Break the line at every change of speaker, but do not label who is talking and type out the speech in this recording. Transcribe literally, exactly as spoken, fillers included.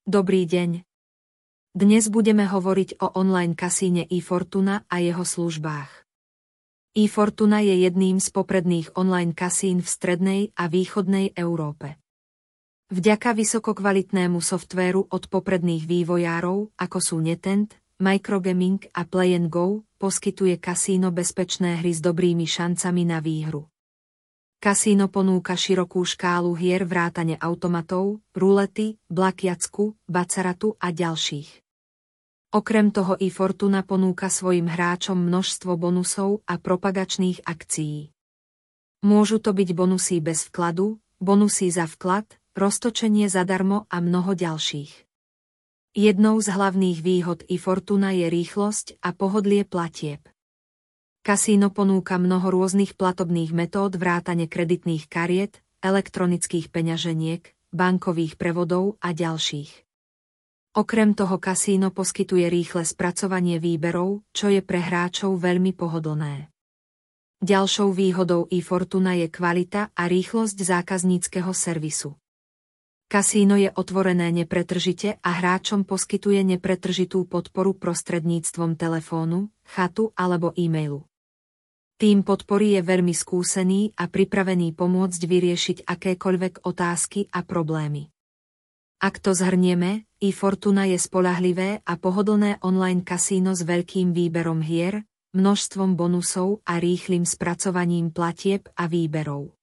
Dobrý deň. Dnes budeme hovoriť o online kasíne eFortuna a jeho službách. eFortuna je jedným z popredných online kasín v strednej a východnej Európe. Vďaka vysokokvalitnému softvéru od popredných vývojárov, ako sú NetEnt, Microgaming a Play and Go, poskytuje kasíno bezpečné hry s dobrými šancami na výhru. Kasíno ponúka širokú škálu hier vrátane automatov, rulety, blackjacku, baccaratu a ďalších. Okrem toho eFortuna ponúka svojim hráčom množstvo bonusov a propagačných akcií. Môžu to byť bonusy bez vkladu, bonusy za vklad, roztočenie zadarmo a mnoho ďalších. Jednou z hlavných výhod eFortuna je rýchlosť a pohodlie platieb. Kasíno ponúka mnoho rôznych platobných metód vrátane kreditných kariet, elektronických peňaženiek, bankových prevodov a ďalších. Okrem toho kasíno poskytuje rýchle spracovanie výberov, čo je pre hráčov veľmi pohodlné. Ďalšou výhodou eFortuna je kvalita a rýchlosť zákazníckeho servisu. Kasíno je otvorené nepretržite a hráčom poskytuje nepretržitú podporu prostredníctvom telefónu, chatu alebo e-mailu. Tým podpory je veľmi skúsený a pripravený pomôcť vyriešiť akékoľvek otázky a problémy. Ak to zhrnieme, eFortuna je spoľahlivé a pohodlné online kasíno s veľkým výberom hier, množstvom bonusov a rýchlym spracovaním platieb a výberov.